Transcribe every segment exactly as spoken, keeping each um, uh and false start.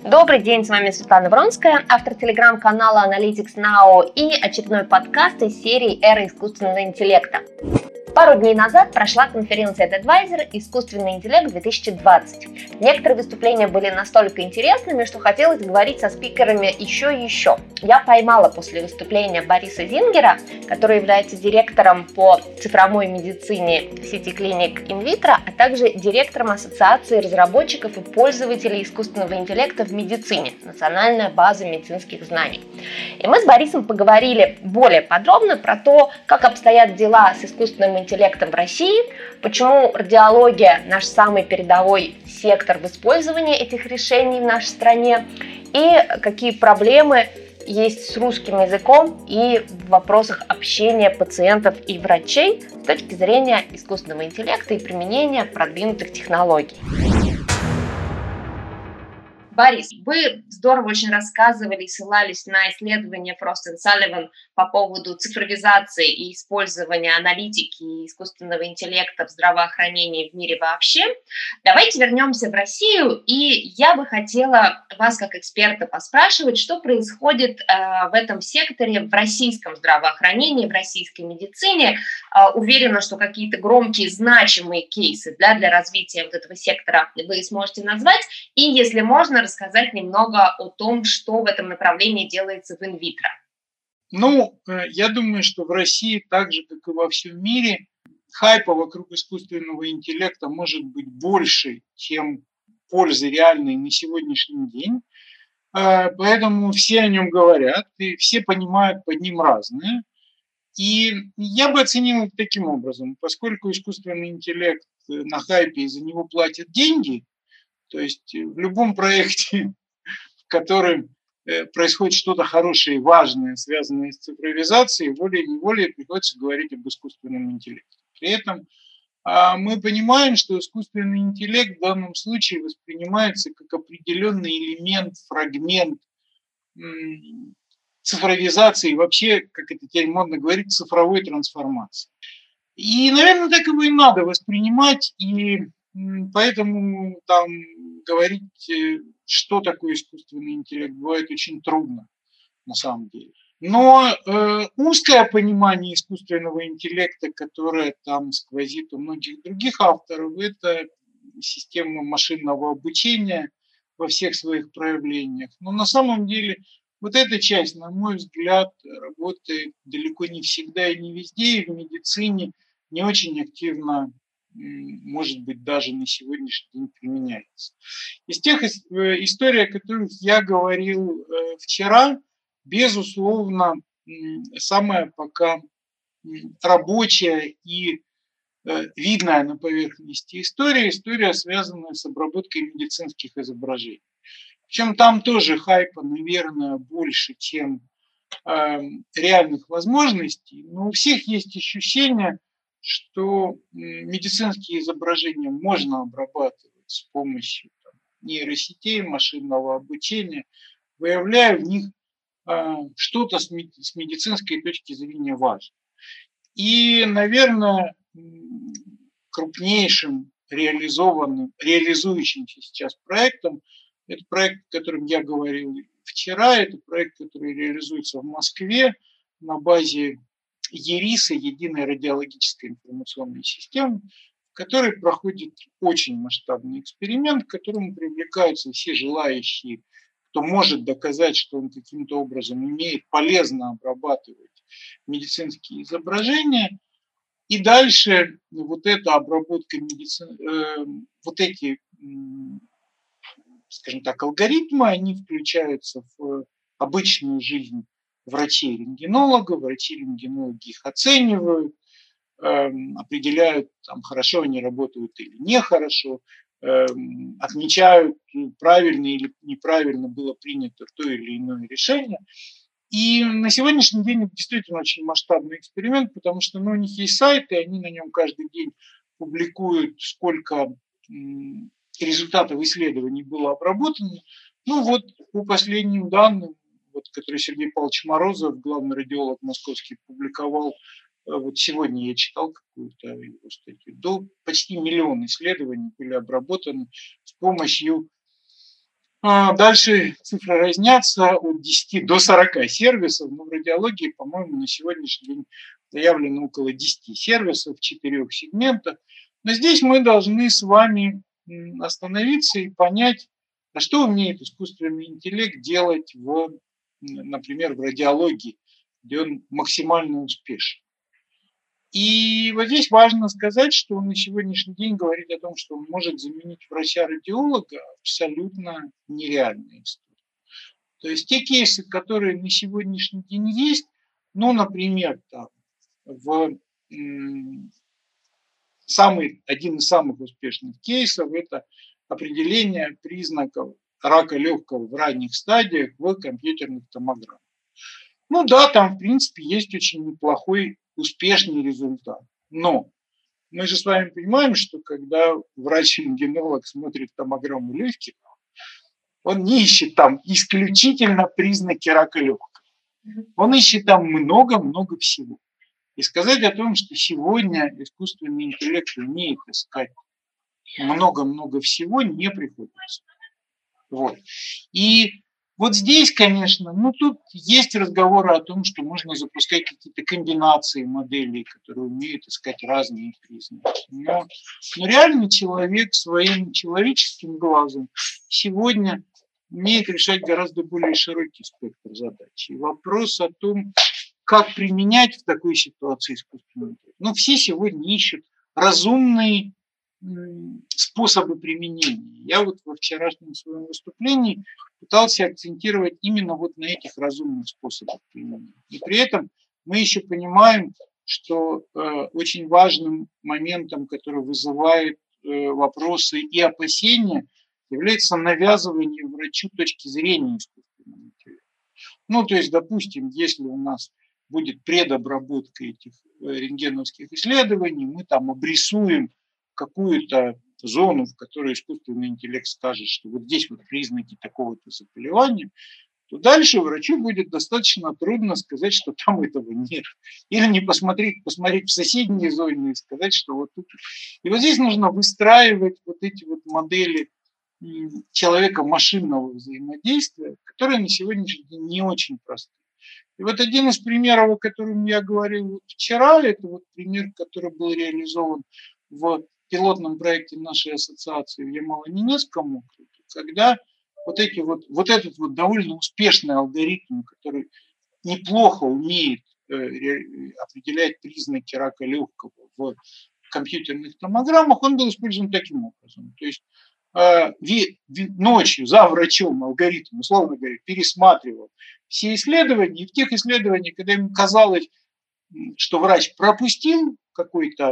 Добрый день, с вами Светлана Вронская, автор телеграм-канала Analytics Now и очередной подкаст из серии «Эра искусственного интеллекта». Пару дней назад прошла конференция TEDvisor «Искусственный интеллект две тысячи двадцать». Некоторые выступления были настолько интересными, что хотелось говорить со спикерами еще и еще. Я поймала после выступления Бориса Зингера, который является директором по цифровой медицине сети клиник Инвитро, а также директором Ассоциации разработчиков и пользователей искусственного интеллекта в медицине, национальная база медицинских знаний. И мы с Борисом поговорили более подробно про то, как обстоят дела с искусственным интеллектом интеллектом в России, почему радиология наш самый передовой сектор в использовании этих решений в нашей стране и какие проблемы есть с русским языком и в вопросах общения пациентов и врачей с точки зрения искусственного интеллекта и применения продвинутых технологий. Борис, вы здорово очень рассказывали и ссылались на исследования Frost и Sullivan по поводу цифровизации и использования аналитики и искусственного интеллекта в здравоохранении в мире вообще. Давайте вернемся в Россию, и я бы хотела вас как эксперта поспрашивать, что происходит э, в этом секторе в российском здравоохранении, в российской медицине. Э, уверена, что какие-то громкие, значимые кейсы да, для развития вот этого сектора вы сможете назвать, и если можно, рассказать немного о том, что в этом направлении делается в инвитро. Ну, я думаю, что в России, так же, как и во всем мире, хайпа вокруг искусственного интеллекта может быть больше, чем пользы реальной на сегодняшний день. Поэтому все о нем говорят, и все понимают под ним разное. И я бы оценил таким образом, поскольку искусственный интеллект на хайпе, и за него платят деньги, то есть в любом проекте, в котором происходит что-то хорошее и важное, связанное с цифровизацией, волей-неволей приходится говорить об искусственном интеллекте. При этом мы понимаем, что искусственный интеллект в данном случае воспринимается как определенный элемент, фрагмент цифровизации, вообще, как это теперь модно говорить, цифровой трансформации. И, наверное, так его и надо воспринимать, и поэтому там говорить, что такое искусственный интеллект, бывает очень трудно на самом деле. Но э, узкое понимание искусственного интеллекта, которое там сквозит у многих других авторов, это система машинного обучения во всех своих проявлениях. Но на самом деле вот эта часть, на мой взгляд, работает далеко не всегда и не везде, и в медицине не очень активно, может быть, даже на сегодняшний день применяется. Из тех историй, о которых я говорил вчера, безусловно, самая пока рабочая и видная на поверхности история, история, связанная с обработкой медицинских изображений. Причем там тоже хайпа, наверное, больше, чем э, реальных возможностей, но у всех есть ощущение, что медицинские изображения можно обрабатывать с помощью там, нейросетей, машинного обучения, выявляя в них э, что-то с, мед, с медицинской точки зрения важное. И, наверное, крупнейшим реализованным, реализующимся сейчас проектом, это проект, о котором я говорил вчера, это проект, который реализуется в Москве на базе ЕРИСа, Единой радиологической информационной системы, в которой проходит очень масштабный эксперимент, к которому привлекаются все желающие, кто может доказать, что он каким-то образом умеет полезно обрабатывать медицинские изображения. И дальше вот эта обработка медицины, э, вот эти, скажем так, алгоритмы, они включаются в обычную жизнь врачей-рентгенологов, врачи-рентгенологи их оценивают, э, определяют, там, хорошо они работают или нехорошо, э, отмечают, правильно или неправильно было принято то или иное решение. И на сегодняшний день это действительно очень масштабный эксперимент, потому что ну, у них есть сайты, они на нем каждый день публикуют, сколько м, результатов исследований было обработано. Ну вот по последним данным, вот, которые Сергей Павлович Морозов, главный радиолог московский, публиковал, вот сегодня я читал какую-то его статью, до почти миллион исследований были обработаны с помощью А дальше цифры разнятся от десяти до сорока сервисов, но в радиологии, по-моему, на сегодняшний день заявлено около десяти сервисов в четырех сегментах. Но здесь мы должны с вами остановиться и понять, а что умеет искусственный интеллект делать, в, например, в радиологии, где он максимально успешен. И вот здесь важно сказать, что он на сегодняшний день говорит о том, что он может заменить врача-радиолога, абсолютно нереальная история. То есть те кейсы, которые на сегодняшний день есть, ну, например, там, в, м, самый, один из самых успешных кейсов – это определение признаков рака легкого в ранних стадиях в компьютерных томограммах. Ну да, там, в принципе, есть очень неплохой, успешный результат. Но мы же с вами понимаем, что когда врач-рентгенолог смотрит томограмму легких, он не ищет там исключительно признаки рака легкого. Он ищет там много-много всего. И сказать о том, что сегодня искусственный интеллект умеет искать много-много всего, не приходится. Вот. И вот здесь, конечно, ну тут есть разговоры о том, что можно запускать какие-то комбинации моделей, которые умеют искать разные признаки. Но, но реально человек своим человеческим глазом сегодня умеет решать гораздо более широкий спектр задач. И вопрос о том, как применять в такой ситуации искусственный интеллект. Ну, все сегодня ищут разумные способы применения. Я вот во вчерашнем своем выступлении пытался акцентировать именно вот на этих разумных способах применения. И при этом мы еще понимаем, что э, очень важным моментом, который вызывает э, вопросы и опасения, является навязывание врачу точки зрения искусственного интеллекта. Ну, то есть, допустим, если у нас будет предобработка этих рентгеновских исследований, мы там обрисуем какую-то зону, в которой искусственный интеллект скажет, что вот здесь вот признаки такого-то заболевания, то дальше врачу будет достаточно трудно сказать, что там этого нет. Или не посмотреть, посмотреть в соседние зоны и сказать, что вот тут. И вот здесь нужно выстраивать вот эти вот модели человека-машинного взаимодействия, которые на сегодняшний день не очень простые. И вот один из примеров, о котором я говорил вчера, это вот пример, который был реализован в пилотном проекте нашей ассоциации в Ямало-Ненецком округе, когда вот, эти вот, вот этот вот довольно успешный алгоритм, который неплохо умеет э, определять признаки рака легкого в компьютерных томограммах, он был использован таким образом. То есть э, ви, ви, ночью за врачом алгоритм, условно говоря, пересматривал все исследования, и в тех исследованиях, когда ему казалось, что врач пропустил какой-то,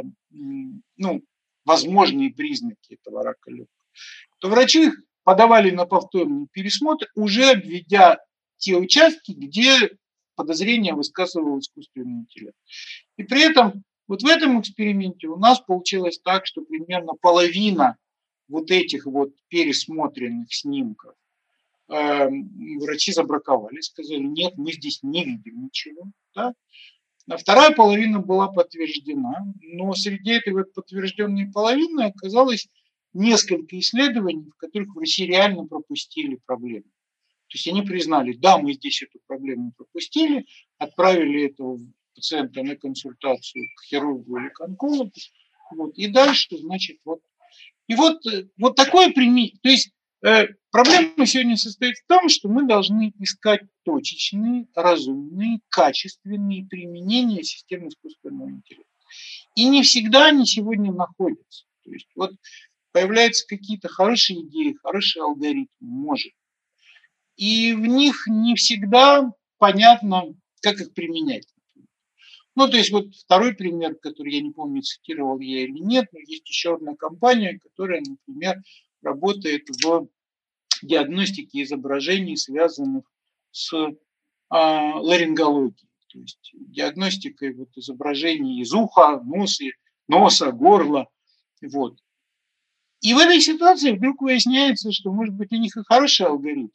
ну, возможные признаки этого рака легкого, то врачи их подавали на повторный пересмотр, уже обведя те участки, где подозрение высказывал искусственный интеллект. И при этом вот в этом эксперименте у нас получилось так, что примерно половина вот этих вот пересмотренных снимков э, врачи забраковали, сказали, нет, мы здесь не видим ничего. Да? А вторая половина была подтверждена, но среди этой вот подтвержденной половины оказалось несколько исследований, в которых врачи реально пропустили проблему. То есть они признали, да, мы здесь эту проблему пропустили, отправили этого пациента на консультацию к хирургу или к онкологу, вот, и дальше, значит, вот. И вот, вот такое применение. То есть э, проблема сегодня состоит в том, что мы должны искать точечные, разумные, качественные применения системы искусственного интеллекта. И не всегда они сегодня находятся. То есть вот появляются какие-то хорошие идеи, хорошие алгоритмы, может. И в них не всегда понятно, как их применять. Ну, то есть вот второй пример, который я не помню, цитировал я или нет, но есть еще одна компания, которая, например, работает в диагностике изображений, связанных с а, ларингологией, то есть диагностикой вот изображений из уха, носа, носа, горла. Вот. И в этой ситуации вдруг выясняется, что, может быть, у них и хороший алгоритм,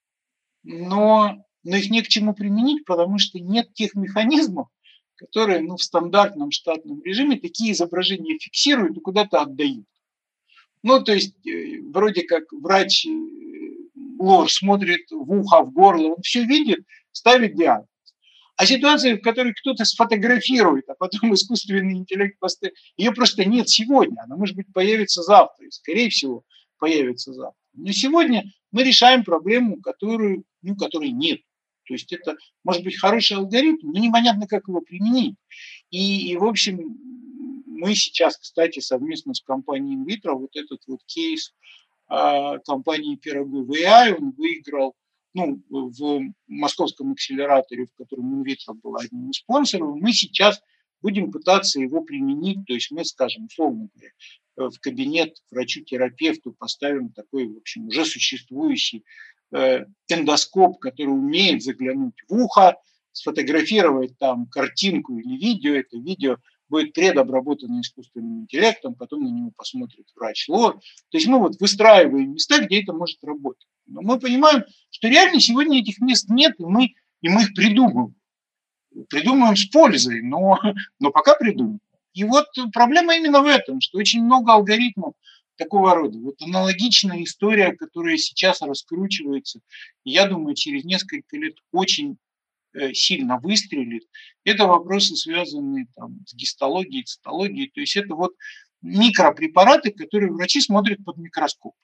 но, но их не к чему применить, потому что нет тех механизмов, которые, ну, в стандартном штатном режиме такие изображения фиксируют и куда-то отдают. Ну, то есть, вроде как врач лор смотрит в ухо, в горло, он все видит, ставит диагноз. А ситуация, в которой кто-то сфотографирует, а потом искусственный интеллект поставит, ее просто нет сегодня. Она, может быть, появится завтра, и, скорее всего, появится завтра. Но сегодня мы решаем проблему, которую, ну, которой нет. То есть это может быть хороший алгоритм, но непонятно, как его применить. И, и в общем, мы сейчас, кстати, совместно с компанией Invitro, вот этот вот кейс а, компании Пирогов эй ай, он выиграл, ну, в московском акселераторе, в котором Invitro был одним из спонсоров. Мы сейчас будем пытаться его применить, то есть мы, скажем, условно говоря, в кабинет врачу-терапевту поставим такой, в общем, уже существующий э, эндоскоп, который умеет заглянуть в ухо, сфотографировать там картинку или видео. Это видео будет предобработано искусственным интеллектом, потом на него посмотрит врач-лор. То есть мы вот выстраиваем места, где это может работать. Но мы понимаем, что реально сегодня этих мест нет, и мы, и мы их придумываем. Придумываем с пользой, но, но пока придумываем. И вот проблема именно в этом, что очень много алгоритмов такого рода. Вот аналогичная история, которая сейчас раскручивается, и я думаю, через несколько лет очень э, сильно выстрелит. Это вопросы, связанные там, с гистологией, цитологией. То есть это вот микропрепараты, которые врачи смотрят под микроскоп.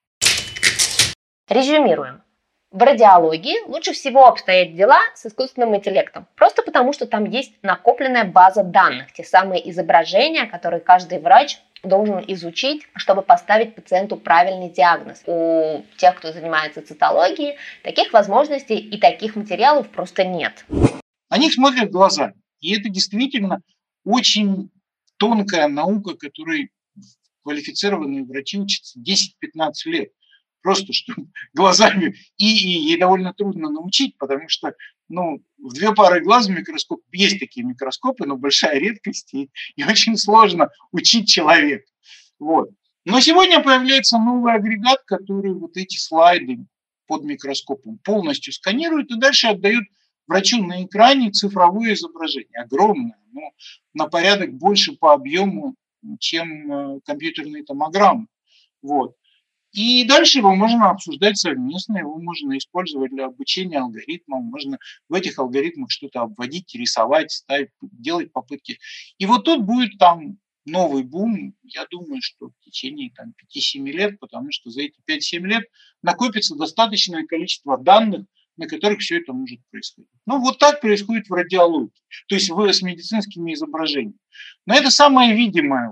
Резюмируем. В радиологии лучше всего обстоят дела с искусственным интеллектом, просто потому что там есть накопленная база данных, те самые изображения, которые каждый врач должен изучить, чтобы поставить пациенту правильный диагноз. У тех, кто занимается цитологией, таких возможностей и таких материалов просто нет. На них смотрят глазами. И это действительно очень тонкая наука, которой квалифицированные врачи учатся десять-пятнадцать лет. Просто чтобы глазами, и, и ей довольно трудно научить, потому что ну, в две пары глаз в микроскоп, есть такие микроскопы, но большая редкость, и, и очень сложно учить человека. Вот. Но сегодня появляется новый агрегат, который вот эти слайды под микроскопом полностью сканирует и дальше отдает врачу на экране цифровое изображение, огромное, но на порядок больше по объему, чем компьютерные томограммы. Вот. И дальше его можно обсуждать совместно, его можно использовать для обучения алгоритмам, можно в этих алгоритмах что-то обводить, рисовать, ставить, делать попытки. И вот тут будет там новый бум, я думаю, что в течение там, пяти-семи лет, потому что за эти пять-семь лет накопится достаточное количество данных, на которых все это может происходить. Ну, вот так происходит в радиологии, то есть в, с медицинскими изображениями. Но это самое видимое.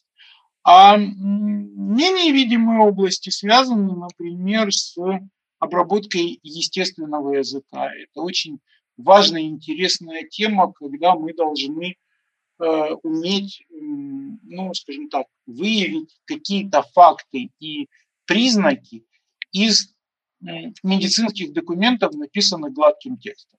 А менее видимые области связаны, например, с обработкой естественного языка. Это очень важная и интересная тема, когда мы должны э, уметь, э, ну, скажем так, выявить какие-то факты и признаки из э, медицинских документов, написанных гладким текстом.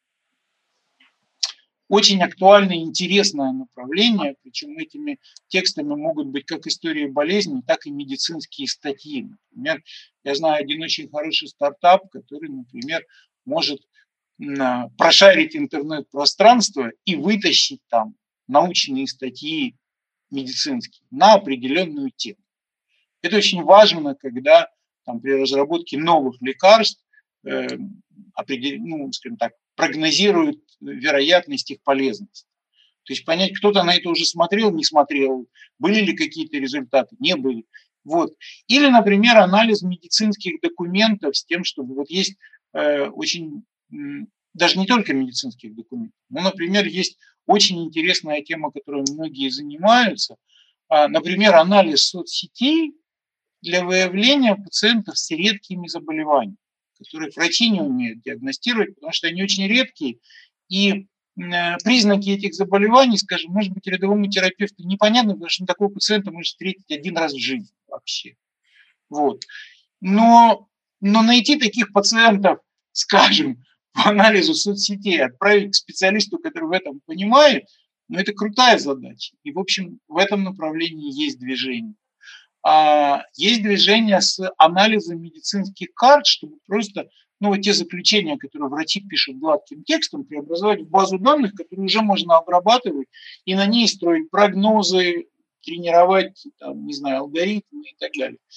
Очень актуальное и интересное направление, причем этими текстами могут быть как истории болезней, так и медицинские статьи. Например, я знаю один очень хороший стартап, который, например, может прошарить интернет-пространство и вытащить там научные статьи медицинские на определенную тему. Это очень важно, когда там, при разработке новых лекарств э, определ... ну, скажем так, прогнозируют вероятность их полезности. То есть понять, кто-то на это уже смотрел, не смотрел, были ли какие-то результаты, не были. Вот. Или, например, анализ медицинских документов с тем, чтобы вот есть э, очень, э, даже не только медицинских документов, но, например, есть очень интересная тема, которой многие занимаются, э, например, анализ соцсетей для выявления пациентов с редкими заболеваниями, которые врачи не умеют диагностировать, потому что они очень редкие, и э, признаки этих заболеваний, скажем, может быть, рядовому терапевту непонятно, потому что такого пациента может встретить один раз в жизни вообще. Вот. Но, но найти таких пациентов, скажем, по анализу соцсетей, отправить к специалисту, который в этом понимает, ну, это крутая задача. И, в общем, в этом направлении есть движение. А, есть движение с анализом медицинских карт, чтобы просто ну, вот те заключения, которые врачи пишут гладким текстом, преобразовать в базу данных, которую уже можно обрабатывать и на ней строить прогнозы, тренировать, там, не знаю, алгоритмы и так далее.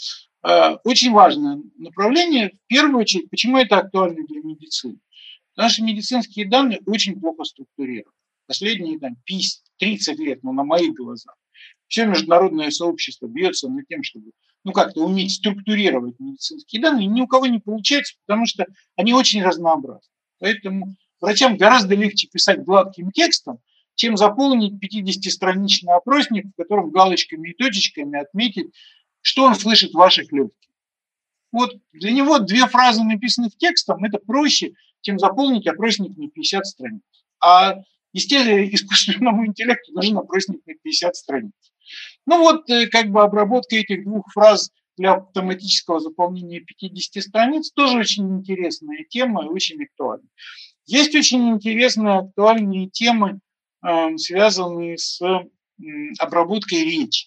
Э, Очень важное направление. В первую очередь, почему это актуально для медицины? Наши медицинские данные очень плохо структурированы. Последние там, тридцать лет, ну, на моих глазах. Все международное сообщество бьется над тем, чтобы ну, как-то уметь структурировать медицинские данные. Ни у кого не получается, потому что они очень разнообразны. Поэтому врачам гораздо легче писать гладким текстом, чем заполнить пятидесятистраничный опросник, в котором галочками и точечками отметить, что он слышит в ваших легких. Вот для него две фразы, написанных текстом, это проще, чем заполнить опросник на пятьдесят страниц. А, естественно, искусственному интеллекту нужен опросник на пятьдесят страниц. Ну вот, э, как бы обработка этих двух фраз для автоматического заполнения пятидесяти страниц тоже очень интересная тема и очень актуальна. Есть очень интересные актуальные темы, э, связанные с м, обработкой речи.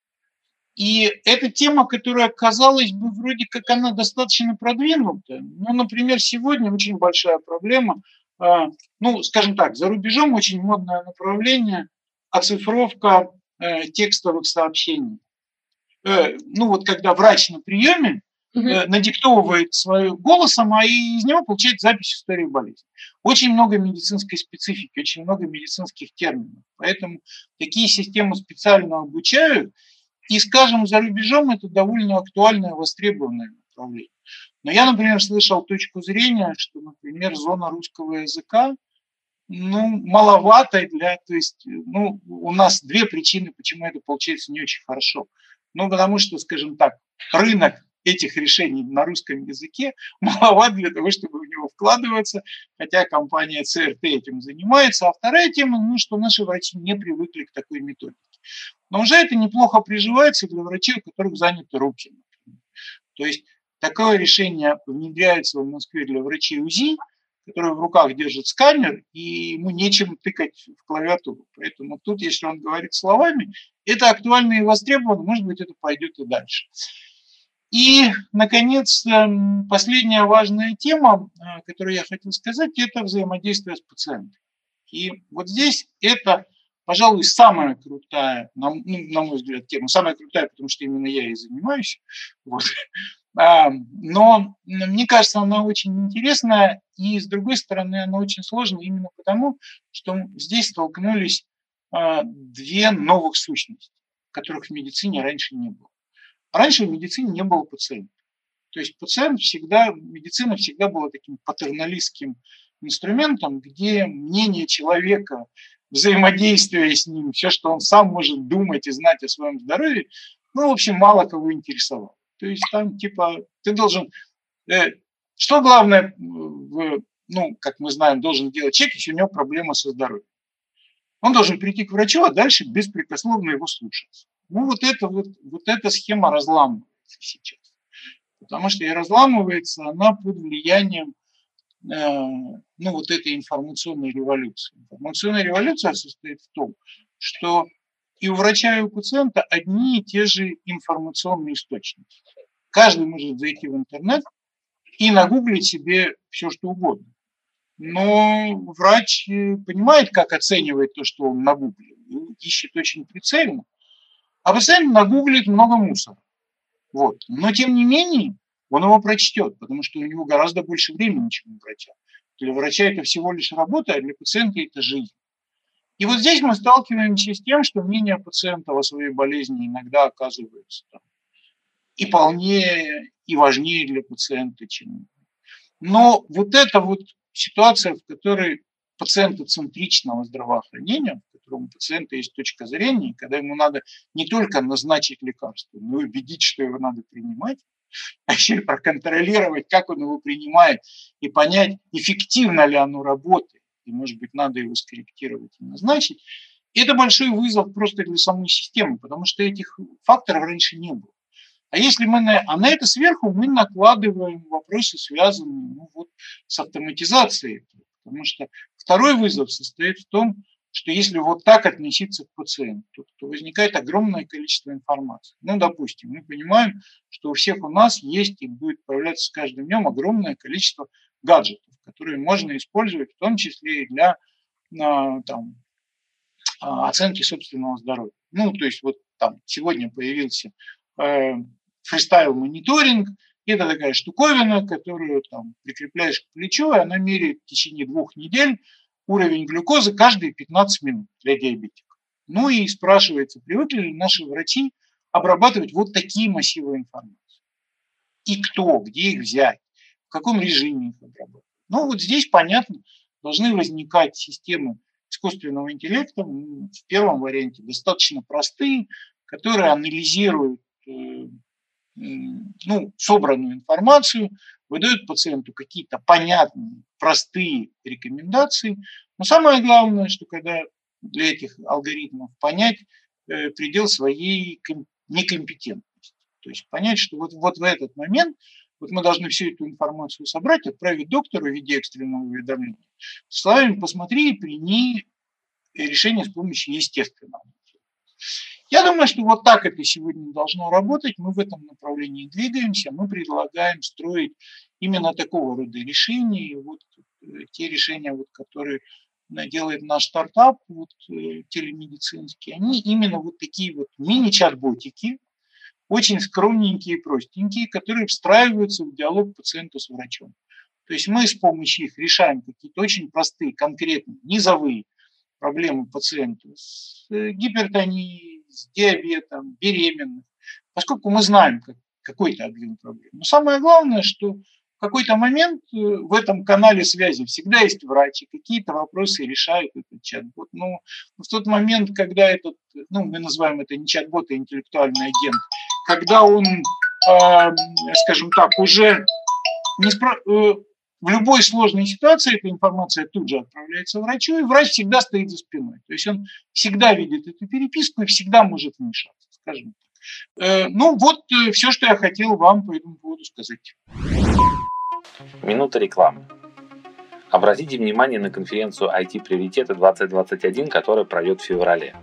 И это тема, которая, казалось бы, вроде как она достаточно продвинутая. Ну, например, сегодня очень большая проблема, а, ну, скажем так, за рубежом очень модное направление оцифровка э, текстовых сообщений. Э, ну, вот когда врач на приеме э, надиктовывает своим голосом, а из него получает запись истории болезни. Очень много медицинской специфики, очень много медицинских терминов. Поэтому такие системы специально обучают, и, скажем, за рубежом это довольно актуальное, востребованное направление. Но я, например, слышал точку зрения, что, например, зона русского языка, ну, маловато для, то есть, ну, у нас две причины, почему это получается не очень хорошо. Ну, потому что, скажем так, рынок этих решений на русском языке маловат для того, чтобы в него вкладываться, хотя компания си эр ти этим занимается. А вторая тема, ну, что наши врачи не привыкли к такой методике. Но уже это неплохо приживается для врачей, у которых заняты руки. Например. То есть такое решение внедряется в Москве для врачей УЗИ, которые в руках держат сканер, и ему нечем тыкать в клавиатуру. Поэтому тут, если он говорит словами, это актуально и востребовано, может быть, это пойдет и дальше. И, наконец, последняя важная тема, которую я хотел сказать, это взаимодействие с пациентом. И вот здесь это, пожалуй, самая крутая, на, ну, на мой взгляд, тема. Самая крутая, потому что именно я ей занимаюсь. Вот. А, но мне кажется, она очень интересная, и, с другой стороны, она очень сложная именно потому, что здесь столкнулись а, две новых сущности, которых в медицине раньше не было. Раньше в медицине не было пациента. То есть пациент всегда, медицина всегда была таким патерналистским инструментом, где мнение человека, взаимодействие с ним, все, что он сам может думать и знать о своем здоровье, ну, в общем, мало кого интересовало. То есть там типа ты должен... Э, что главное, в, ну, как мы знаем, должен делать человек, если у него проблема со здоровьем? Он должен прийти к врачу, а дальше беспрекословно его слушаться. Ну, вот, это, вот, вот эта схема разламывается сейчас. Потому что и разламывается она под влиянием э, ну, вот этой информационной революции. Информационная революция состоит в том, что и у врача, и у пациента одни и те же информационные источники. Каждый может зайти в интернет и нагуглить себе все, что угодно. Но врач понимает, как оценивать то, что он нагуглил, и ищет очень прицельно. А пациент нагуглит много мусора. Вот. Но тем не менее, он его прочтет, потому что у него гораздо больше времени, чем у врача. Для врача это всего лишь работа, а для пациента это жизнь. И вот здесь мы сталкиваемся с тем, что мнение пациента о своей болезни иногда оказывается там, и полнее, и важнее для пациента, чем... Но вот эта вот ситуация, в которой пациентоцентричного здравоохранения, в котором у пациента есть точка зрения, когда ему надо не только назначить лекарство, но и убедить, что его надо принимать, а еще и проконтролировать, как он его принимает, и понять, эффективно ли оно работает, и, может быть, надо его скорректировать и назначить. И это большой вызов просто для самой системы, потому что этих факторов раньше не было. А если мы на, а на это сверху мы накладываем вопросы, связанные ну, вот, с автоматизацией. Потому что второй вызов состоит в том, что если вот так относиться к пациенту, то возникает огромное количество информации. Ну, допустим, мы понимаем, что у всех у нас есть и будет появляться с каждым днем огромное количество гаджетов, которые можно использовать в том числе и для там, оценки собственного здоровья. Ну, то есть вот там сегодня появился э, фристайл-мониторинг. Это такая штуковина, которую там прикрепляешь к плечу, и она меряет в течение двух недель уровень глюкозы каждые пятнадцать минут для диабетика. Ну и спрашивается, привыкли ли наши врачи обрабатывать вот такие массивы информации? И кто, где их взять, в каком режиме их обрабатывать? Ну вот здесь, понятно, должны возникать системы искусственного интеллекта, в первом варианте достаточно простые, которые анализируют э, ну, собранную информацию, выдают пациенту какие-то понятные, простые рекомендации. Но самое главное, что когда для этих алгоритмов понять э, предел своей ком- некомпетентности. То есть понять, что вот, вот в этот момент вот мы должны всю эту информацию собрать, отправить доктору в виде экстренного уведомления. Словами посмотри и прими решение с помощью естественного. Я думаю, что вот так это сегодня должно работать. Мы в этом направлении двигаемся. Мы предлагаем строить именно такого рода решения. И вот те решения, вот, которые делает наш стартап вот, телемедицинский, они именно вот такие вот мини-чат-ботики, очень скромненькие и простенькие, которые встраиваются в диалог пациента с врачом. То есть мы с помощью их решаем какие-то очень простые, конкретные, низовые проблемы пациента с гипертонией, с диабетом, беременных, поскольку мы знаем как, какой-то объем проблем. Но самое главное, что в какой-то момент в этом канале связи всегда есть врач, и какие-то вопросы решает этот чат-бот. Но в тот момент, когда этот, ну, мы называем это не чат-бот, а интеллектуальный агент, когда он, э, скажем так, уже не спро... э, в любой сложной ситуации эта информация тут же отправляется врачу, и врач всегда стоит за спиной. То есть он всегда видит эту переписку и всегда может вмешаться, скажем так. Э, ну вот э, все, что я хотел вам по этому поводу сказать. Минута рекламы. Обратите внимание на конференцию ай ти-приоритеты двадцать двадцать один, которая пройдет в феврале.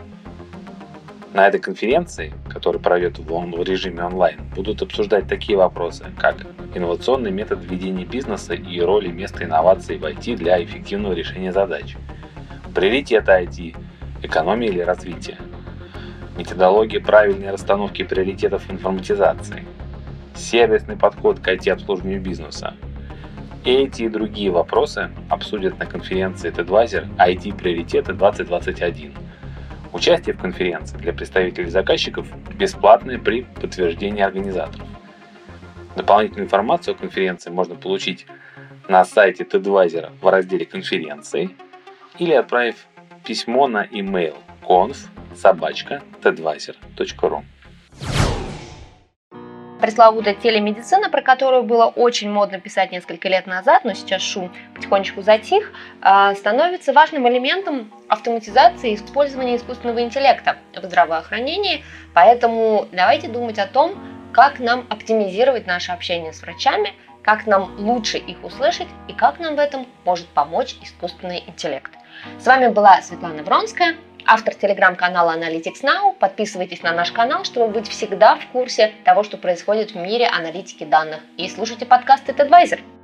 На этой конференции, которая пройдет в режиме онлайн, будут обсуждать такие вопросы, как инновационный метод ведения бизнеса и роли места инноваций в ай ти для эффективного решения задач, приоритеты ай ти, экономия или развитие, методология правильной расстановки приоритетов информатизации, сервисный подход к ай ти-обслуживанию бизнеса. Эти и другие вопросы обсудят на конференции TEDvisor ай ти-приоритеты двадцать двадцать один. Участие в конференции для представителей заказчиков бесплатное при подтверждении организаторов. Дополнительную информацию о конференции можно получить на сайте TEDvisor в разделе «Конференции» или отправив письмо на email конф собака тедвайзер точка ру. Пресловутая телемедицина, про которую было очень модно писать несколько лет назад, но сейчас шум потихонечку затих, становится важным элементом автоматизации и использования искусственного интеллекта в здравоохранении. Поэтому давайте думать о том, как нам оптимизировать наше общение с врачами, как нам лучше их услышать и как нам в этом может помочь искусственный интеллект. С вами была Светлана Вронская, автор телеграм-канала Analytics Now. Подписывайтесь на наш канал, чтобы быть всегда в курсе того, что происходит в мире аналитики данных. И слушайте подкасты TEDvisor.